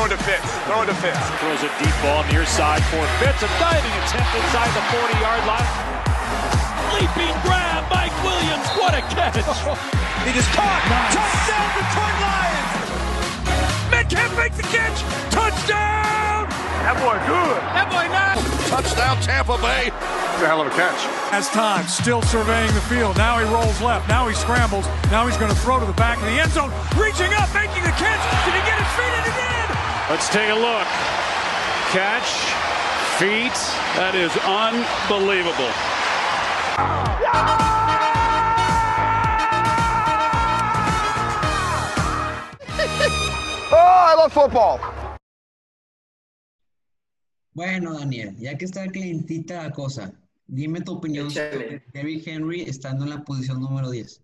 Throw it to Fitz. Throw it to Fitz. Throws a deep ball near side for Fitz. A diving attempt inside the 40-yard line. Leaping grab, Mike Williams. What a catch. It is caught. Nice. Touchdown, Detroit Lions. Metcalf makes the catch. Touchdown. That boy good. That boy nice. Touchdown, Tampa Bay. It's a hell of a catch. As time, still surveying the field. Now he rolls left. Now he scrambles. Now he's going to throw to the back of the end zone. Reaching up, making the catch. Did he get his feet in again? Let's take a look. Catch, feet. That is unbelievable. Oh, I love football. Bueno, Daniel, ya que está calentita la cosa, dime tu opinión sobre Derrick Henry estando en la posición número 10.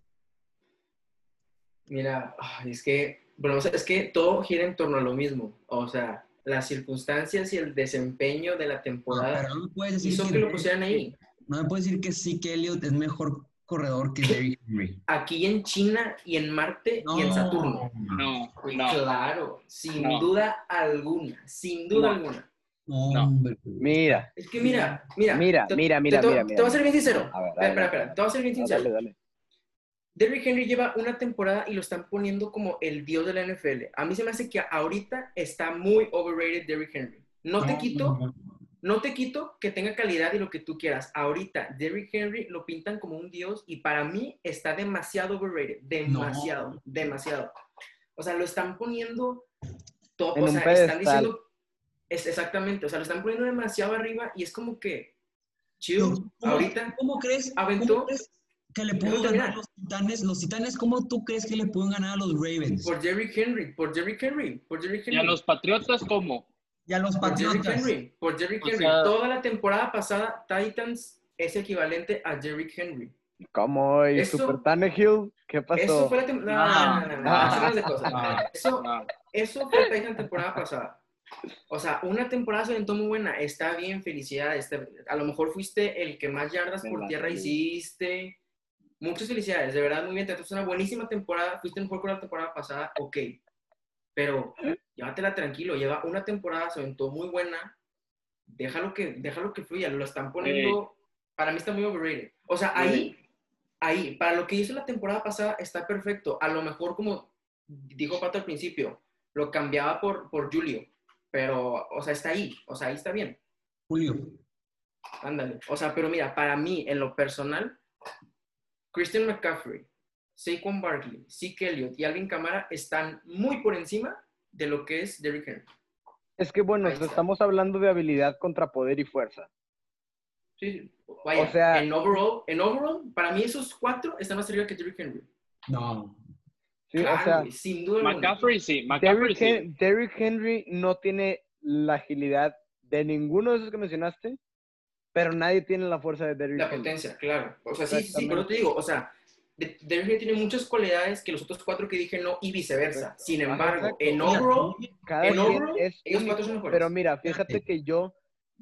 Mira, es que, bueno, o sea, es que todo gira en torno a lo mismo. O sea, las circunstancias y el desempeño de la temporada No puedes decir hizo que lo pusieran ahí. No me puedes decir que Zeke Elliott es mejor corredor que Derrick Henry. Aquí en China y en Marte y en Saturno. No. Claro, sin duda alguna, sin duda alguna. Hombre. Mira. Es que mira. Mira. Te voy a ser bien sincero. A ver, Espera. Te voy a ser bien sincero. Dale. Derrick Henry lleva una temporada y lo están poniendo como el dios de la NFL. A mí se me hace que ahorita está muy overrated Derrick Henry. No te quito que tenga calidad y lo que tú quieras. Ahorita Derrick Henry lo pintan como un dios y para mí está demasiado overrated. Demasiado. O sea, lo están poniendo todo. En O un sea, pedestal. están diciendo... exactamente. O sea, lo están poniendo demasiado arriba y es como que... Chill. Ahorita... ¿Cómo crees? Aventó... ¿Cómo crees que le pueden ganar a los Titanes? Los Titanes, ¿cómo tú crees que le pueden ganar a los Ravens? Por Derrick Henry. ¿Y a los Patriotas cómo? Y a los Patriotas. Por Derrick Henry. O sea, toda la temporada pasada, Titans es equivalente a Derrick Henry. ¿Cómo? ¿Y Eso- Super Tannehill? ¿Qué pasó? Eso fue la temporada... No, de cosas. No. Eso fue la temporada pasada. O sea, una temporada se aventó muy buena. Está bien, felicidades. A lo mejor fuiste el que más yardas por tierra hiciste. Muchas felicidades, de verdad, muy bien. Te una buenísima temporada. Fuiste mejor con la temporada pasada, ok. Pero llévatela tranquilo. Lleva una temporada, se aventó muy buena. Déjalo que fluya. Lo están poniendo... Para mí está muy overrated. O sea, ahí, para lo que hizo la temporada pasada, está perfecto. A lo mejor, como dijo Pato al principio, lo cambiaba por Julio. Pero, o sea, está ahí. O sea, ahí está bien. Julio. Ándale. O sea, pero mira, para mí, en lo personal, Christian McCaffrey, Saquon Barkley, Zeke Elliott y Alvin Kamara están muy por encima de lo que es Derrick Henry. Es que bueno, Ahí está. estamos hablando de habilidad contra poder y fuerza. Sí. Vaya, O sea- en overall, para mí esos cuatro están más arriba que Derrick Henry. No. Sí, Claro, o sea, güey, sin duda alguna. McCaffrey sí. Derrick Henry no tiene la agilidad de ninguno de esos que mencionaste, pero nadie tiene la fuerza de Derrick La Henry. potencia, claro. O sea, sí, Exactamente. pero te digo, o sea, Derrick Henry tiene muchas cualidades que los otros cuatro que dije no, y viceversa. Sin embargo, Exacto. en overall, Cada en quien overall, es ellos único. cuatro son mejores. Pero mira, fíjate que yo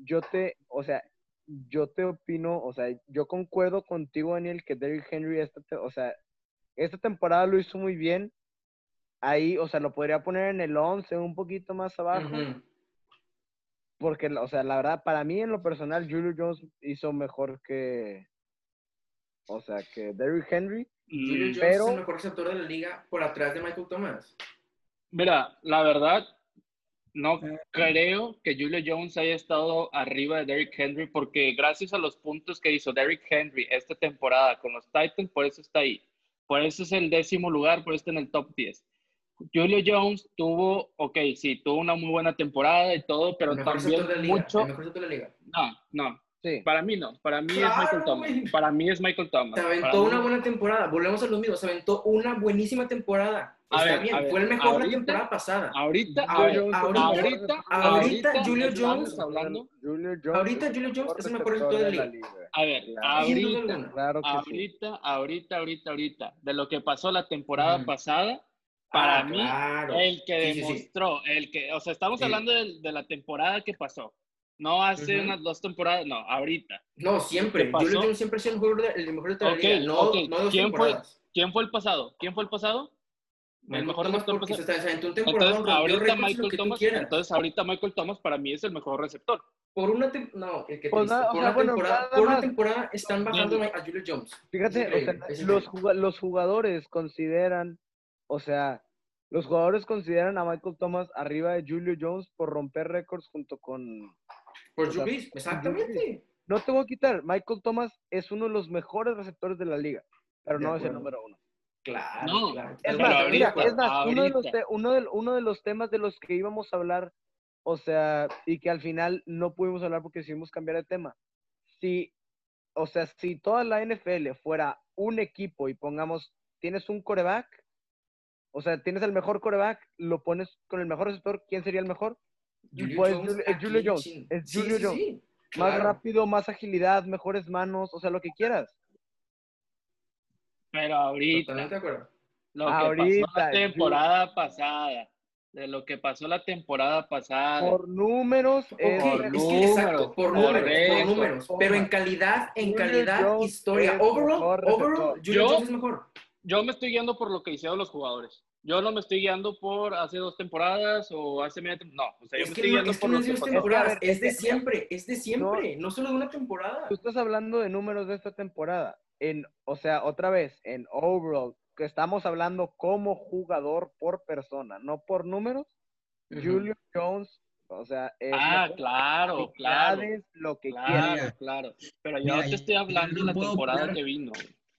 te opino, o sea, yo concuerdo contigo, Daniel, que Derrick Henry esta temporada lo hizo muy bien. Ahí, o sea, lo podría poner en el 11, un poquito más abajo. Ujú. Porque, o sea, la verdad, para mí en lo personal, Julio Jones hizo mejor que Derrick Henry. Julio Jones pero- es el mejor receptor de la liga por atrás de Michael Thomas. Mira, la verdad, no creo que Julio Jones haya estado arriba de Derrick Henry porque gracias a los puntos que hizo Derrick Henry esta temporada con los Titans, por eso está ahí. Por eso es el 10º lugar, por eso está en el top 10. Julio Jones tuvo una muy buena temporada y todo, pero El mejor también receptor de la liga. mucho... El mejor receptor de la liga. No. Sí. Para mí no. Para mí Claro, es Michael Thomas. güey. Para mí es Michael Thomas. Se Para aventó mí- una buena temporada. Volvemos a lo mismo. Se aventó una buenísima temporada. A Está ver, bien. a ver, Fue el mejor de la ahorita- temporada pasada. Ahorita, Ahorita Julio estamos Jones- hablando. Ahorita Julio Jones es el mejor receptor de la liga. A ver, Sin duda alguna. Claro que sí. ahorita, de lo que pasó la temporada pasada, para mí, claro. el que Sí. demostró, o sea, estamos Sí. hablando de la temporada que pasó, no hace Ujú. unas 2 temporadas, no, ahorita. No, siempre. ¿Qué pasó? Julio Jones siempre ha sido el mejor de la Ok, liga. No, ok. no 2 ¿Quién fue? temporadas. ¿Quién fue el pasado? El Michael mejor Thomas receptor. porque se aventó un Entonces, temporadón, rompió ahorita récords, lo Michael que tú Thomas, quieras. entonces ahorita Michael Thomas para mí es el mejor receptor. Por una temporada, qué Pues triste. nada, o Por sea, una bueno, temporada, nada por una más. temporada están bajando a Julio Jones. Es Fíjate, o increíble, sea, es increíble. los jugadores consideran, o sea, los jugadores consideran a Michael Thomas arriba de Julio Jones por romper récords junto con, Por o sea, Drew Brees, con Drew Brees. exactamente. No te voy a quitar, Michael Thomas es uno de los mejores receptores de la liga, pero De no es el acuerdo. número uno. Claro, No, claro. Es pero más, Totalmente de mira, acuerdo. es más, ahorita. uno de los temas de los que íbamos a hablar, o sea, y que al final no pudimos hablar porque decidimos cambiar de tema. Si, o sea, si toda la NFL fuera un equipo y pongamos, tienes un quarterback, o sea, tienes el mejor quarterback, lo pones con el mejor receptor, ¿quién sería el mejor? Julio Pues Jones es aquí Julio en Jones, Chin. es Sí, Julio sí, Jones. sí. Más Claro. rápido, más agilidad, mejores manos, o sea, lo que quieras. Pero ahorita, Totalmente de acuerdo. lo que pasó Ahorita, la temporada pasada, de lo que pasó la temporada pasada, por números, Ok, por es que exacto, por números, correcto. pero en Julio calidad, Jones historia, es overall, mejor receptor. Julio Jones es mejor. Yo me estoy guiando por lo que hicieron los jugadores. Yo no me estoy guiando por hace 2 temporadas o hace media temporada. No, o sea, yo me estoy guiando por no lo es de que dos pasó. temporadas, Es que, a ver, es de mira, siempre, no solo de una temporada. Tú estás hablando de números de esta temporada. O sea, otra vez, en overall, que estamos hablando como jugador por persona, no por números. Julio Jones, o sea, es mejor. Claro, Habilidades, lo que quieras. claro. Pero Mira, yo te estoy hablando de yo la puedo temporada opinar. que vino.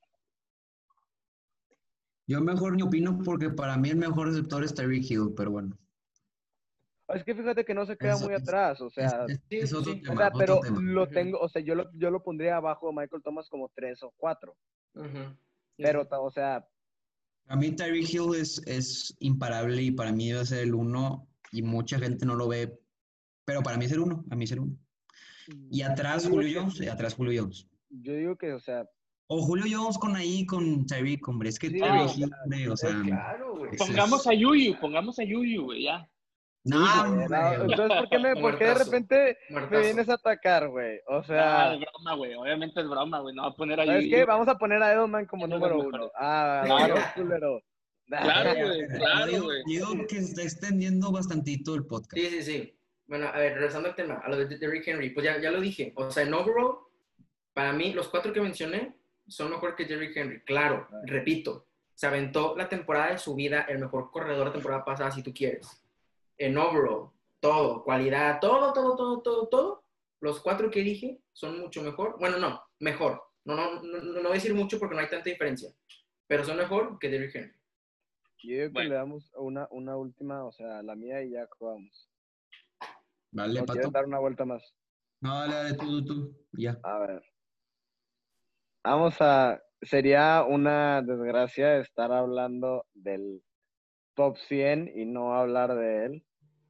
Yo mejor ni opino porque para mí el mejor receptor es Tyreek Hill, pero bueno. Es que fíjate que no se queda Es, muy atrás, o sea, es otro Sí. o tema, sea, otro pero tema. lo tengo, o sea, yo lo pondría abajo de Michael Thomas como 3 o 4. Pero, o sea, Para mí Tyreek Hill es imparable y para mí debe ser el uno y mucha gente no lo ve, pero para mí es el uno, a mí es el uno. Y atrás yo digo Julio Jones, yo digo que, o sea, O Julio Jones con Tyreek, hombre. Es que sí, Tyreek o Hill, hombre, o sea, Claro, güey. Pongamos a Yuyu, güey, ya. no, no, hombre. entonces, ¿por qué de Muertazo. repente me Muertazo. vienes a atacar, güey? O Ah, sea, es broma, güey. Obviamente es broma, güey. No va a poner a ¿sabes Yuyu. qué? Vamos a poner a Edelman como Es de los número 1. mejores. Ah, Claro. Dios, culero. Claro, A ver, güey, yo claro, güey. digo que se está extendiendo bastantito el podcast. Sí. Bueno, a ver, regresando al tema, a lo de Derrick Henry, pues ya lo dije. O sea, en overall, para mí, los 4 que mencioné son mejor que Derrick Henry. Claro, repito, se aventó la temporada de su vida, el mejor corredor de temporada pasada, si tú quieres. En overall, todo, cualidad, todo. Los 4 que dije son mucho mejor. Bueno, no, mejor. No voy a decir mucho porque no hay tanta diferencia. Pero son mejor que Derrick Henry. Yo digo que Bueno. le damos una última, o sea, la mía y ya acabamos. Vale, ¿O Pato. quieres dar una vuelta más? No, dale, tú. Ya. A ver. Sería una desgracia estar hablando del top 100 y no hablar de él.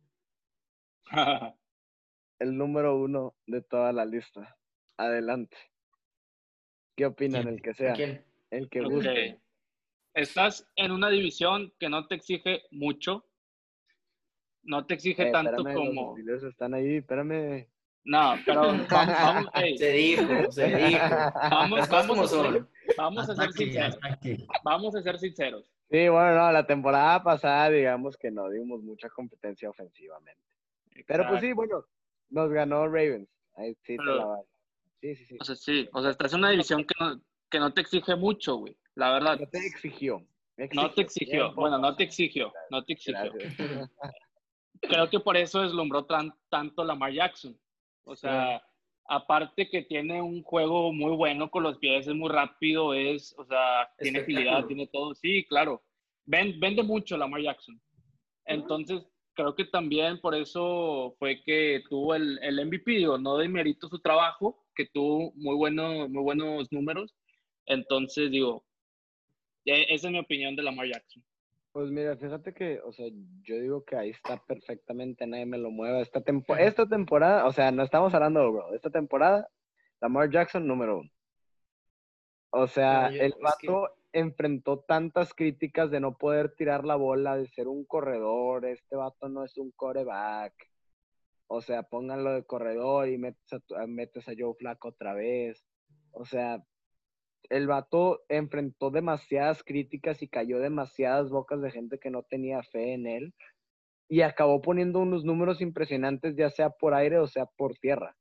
El número 1 de toda la lista. Adelante. ¿Qué opinan? ¿Quién? El que ¿A sea. quién? El que Ok. guste. Estás en una división que no te exige mucho. No te exige tanto Espérame, como. los Steelers están ahí, espérame. No, pero vamos, hey, Se dijo. vamos Las cosas como a ser, son. vamos a ser Ataque, sinceros. ataque. Vamos a ser sinceros. Sí, bueno, no, la temporada pasada digamos que no dimos mucha competencia ofensivamente. Pero pues sí, Exacto. bueno, nos ganó Ravens. Ahí sí te Pero- la va. Sí. O sea, sí. O sea, estás en una división que no te exige mucho, güey. La verdad. No te exigió. No te exigió. Tiempo. Bueno, no te exigió. No te exigió. Gracias. Creo que por eso deslumbró tanto Lamar Jackson. O sea, aparte que tiene un juego muy bueno con los pies, es muy rápido, o sea, tiene agilidad, Espectáculo. tiene todo. Sí, claro. Vende mucho Lamar Jackson. Entonces, creo que también por eso fue que tuvo el MVP. Digo, no demerito su trabajo, que tuvo muy buenos números. Entonces, digo, esa es mi opinión de Lamar Jackson. Pues mira, fíjate que, o sea, yo digo que ahí está perfectamente, nadie me lo mueva. Esta temporada, o sea, no estamos hablando de bro. Esta temporada, Lamar Jackson número 1. O sea, No, el vato enfrentó tantas críticas de no poder tirar la bola, de ser un corredor. Este vato no es un quarterback. O sea, pónganlo de corredor y metes a Joe Flacco otra vez. O sea, el vato enfrentó demasiadas críticas y cayó demasiadas bocas de gente que no tenía fe en él y acabó poniendo unos números impresionantes, ya sea por aire o sea por tierra.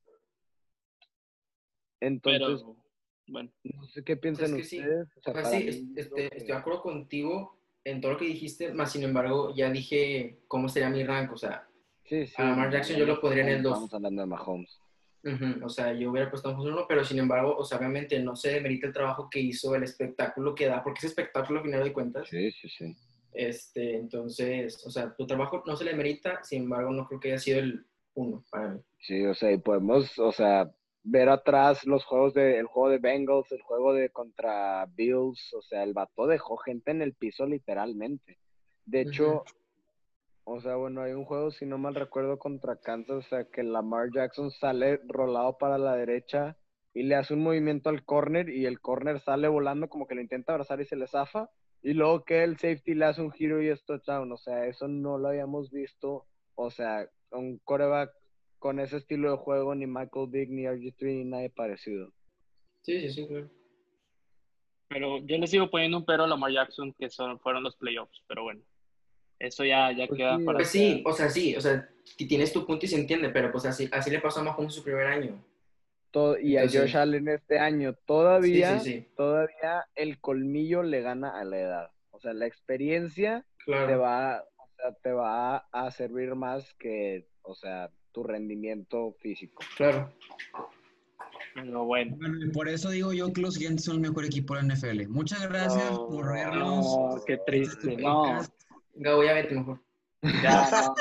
Entonces, Pero, bueno. no sé qué piensan es que ustedes. O sea, O sea, para sí, mí, estoy de acuerdo contigo en todo lo que dijiste, más sin embargo, ya dije cómo sería mi rank. O sea, sí, a Lamar Jackson yo lo pondría en el 2. Estamos hablando de Mahomes. O sea, yo hubiera puesto a Mahomes en 1, pero sin embargo, o sea, obviamente no se demerita el trabajo que hizo, el espectáculo que da, porque es espectáculo al final de cuentas. Sí. Entonces, o sea, tu trabajo no se le merita, sin embargo, no creo que haya sido el 1 para mí. Sí, o sea, y podemos, o sea, ver atrás el juego de Bengals, el juego de contra Bills, o sea, el vato dejó gente en el piso literalmente. De hecho, o sea, bueno, hay un juego, si no mal recuerdo, contra Kansas, o sea, que Lamar Jackson sale rolado para la derecha y le hace un movimiento al corner y el corner sale volando como que lo intenta abrazar y se le zafa. Y luego que el safety le hace un giro y es touchdown. O sea, eso no lo habíamos visto. O sea, un quarterback con ese estilo de juego, ni Michael Vick, ni RG3, ni nadie parecido. Sí, claro. Pero yo le sigo poniendo un pero a Lamar Jackson, que fueron los playoffs. Pero bueno, eso ya Pues queda sí, para... Pues sí, o sea, tienes tu punto y se entiende, pero pues así le pasó a Mahomes su primer año. Y a Entonces, Josh Allen este año, sí. todavía el colmillo le gana a la edad. O sea, la experiencia Claro. te va a servir más que, o sea, tu rendimiento físico. Claro. Pero bueno. Bueno, y por eso digo yo que los Gigantes son el mejor equipo de la NFL. Muchas gracias por vernos. No, qué triste. No, Gabo, ya vete mejor. ya no.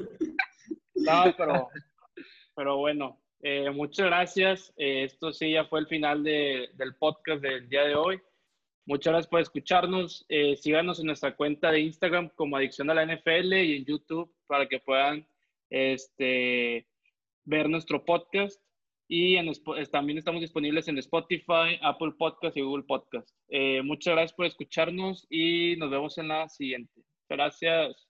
No, pero bueno, muchas gracias. Esto sí ya fue el final del podcast del día de hoy. Muchas gracias por escucharnos. Síganos en nuestra cuenta de Instagram como Adicción a la NFL y en YouTube para que puedan ver nuestro podcast. Y también estamos disponibles en Spotify, Apple Podcast y Google Podcast. Muchas gracias por escucharnos y nos vemos en la siguiente. Gracias.